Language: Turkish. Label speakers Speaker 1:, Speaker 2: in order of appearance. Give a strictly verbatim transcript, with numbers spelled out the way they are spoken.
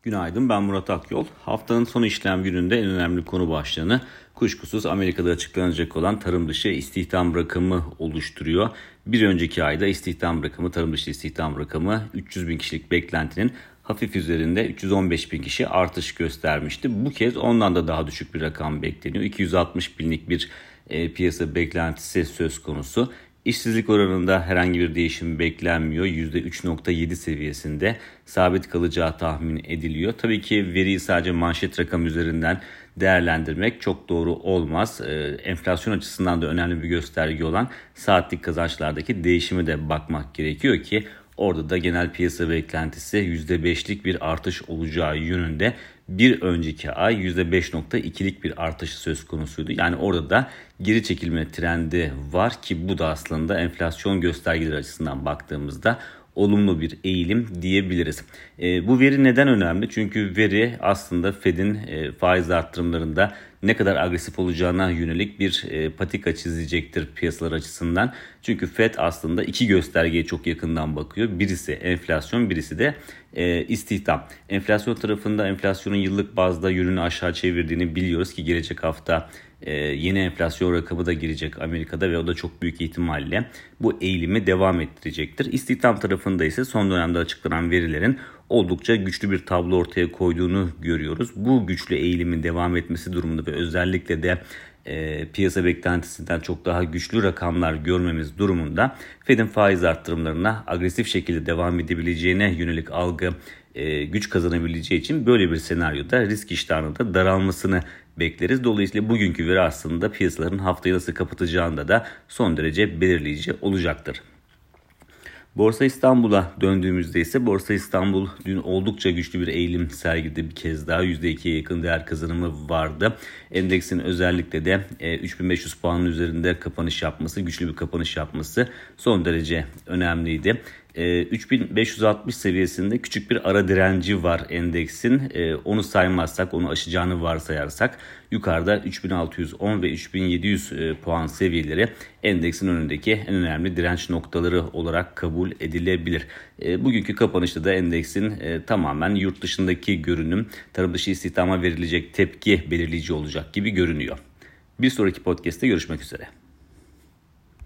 Speaker 1: Günaydın, ben Murat Akyol. Haftanın son işlem gününde en önemli konu başlığını kuşkusuz Amerika'da açıklanacak olan tarım dışı istihdam rakamı oluşturuyor. Bir önceki ayda istihdam rakamı, tarım dışı istihdam rakamı üç yüz bin kişilik beklentinin hafif üzerinde üç yüz on beş bin kişi artış göstermişti. Bu kez ondan da daha düşük bir rakam bekleniyor. iki yüz altmış binlik bir e, piyasa beklentisi söz konusu. İşsizlik oranında herhangi bir değişim beklenmiyor. yüzde üç virgül yedi seviyesinde sabit kalacağı tahmin ediliyor. Tabii ki veriyi sadece manşet rakam üzerinden değerlendirmek çok doğru olmaz. Ee, enflasyon açısından da önemli bir gösterge olan saatlik kazançlardaki değişime de bakmak gerekiyor ki orada da genel piyasa beklentisi yüzde beşlik bir artış olacağı yönünde. Bir önceki ay yüzde beş virgül ikilik bir artış söz konusuydu. Yani orada da geri çekilme trendi var ki bu da aslında enflasyon göstergeleri açısından baktığımızda olumlu bir eğilim diyebiliriz. E, bu veri neden önemli? Çünkü veri aslında Fed'in e, faiz arttırımlarında ne kadar agresif olacağına yönelik bir e, patika çizecektir piyasalar açısından. Çünkü Fed aslında iki göstergeye çok yakından bakıyor. Birisi enflasyon, birisi de e, istihdam. Enflasyon tarafında enflasyonun yıllık bazda yönünü aşağı çevirdiğini biliyoruz ki gelecek hafta Ee, yeni enflasyon rakamı da girecek Amerika'da ve o da çok büyük ihtimalle bu eğilimi devam ettirecektir. İstihdam tarafında ise son dönemde açıklanan verilerin oldukça güçlü bir tablo ortaya koyduğunu görüyoruz. Bu güçlü eğilimin devam etmesi durumunda ve özellikle de e, piyasa beklentisinden çok daha güçlü rakamlar görmemiz durumunda Fed'in faiz arttırımlarına agresif şekilde devam edebileceğine yönelik algı e, güç kazanabileceği için böyle bir senaryoda risk iştahının da daralmasını bekleriz. Dolayısıyla bugünkü veri aslında piyasaların haftayı nasıl kapatacağında da son derece belirleyici olacaktır. Borsa İstanbul'a döndüğümüzde ise Borsa İstanbul dün oldukça güçlü bir eğilim sergiledi, bir kez daha yüzde ikiye yakın değer kazanımı vardı. Endeksin özellikle de üç bin beş yüz puanın üzerinde kapanış yapması, güçlü bir kapanış yapması son derece önemliydi. üç bin beş yüz altmış seviyesinde küçük bir ara direnci var endeksin. Onu saymazsak, onu aşacağını varsayarsak yukarıda üç bin altı yüz on ve üç bin yedi yüz puan seviyeleri endeksin önündeki en önemli direnç noktaları olarak kabul edilebilir. Bugünkü kapanışta da endeksin tamamen yurt dışındaki görünüm, tarım dışı istihdama verilecek tepki belirleyici olacak gibi görünüyor. Bir sonraki podcast'te görüşmek üzere.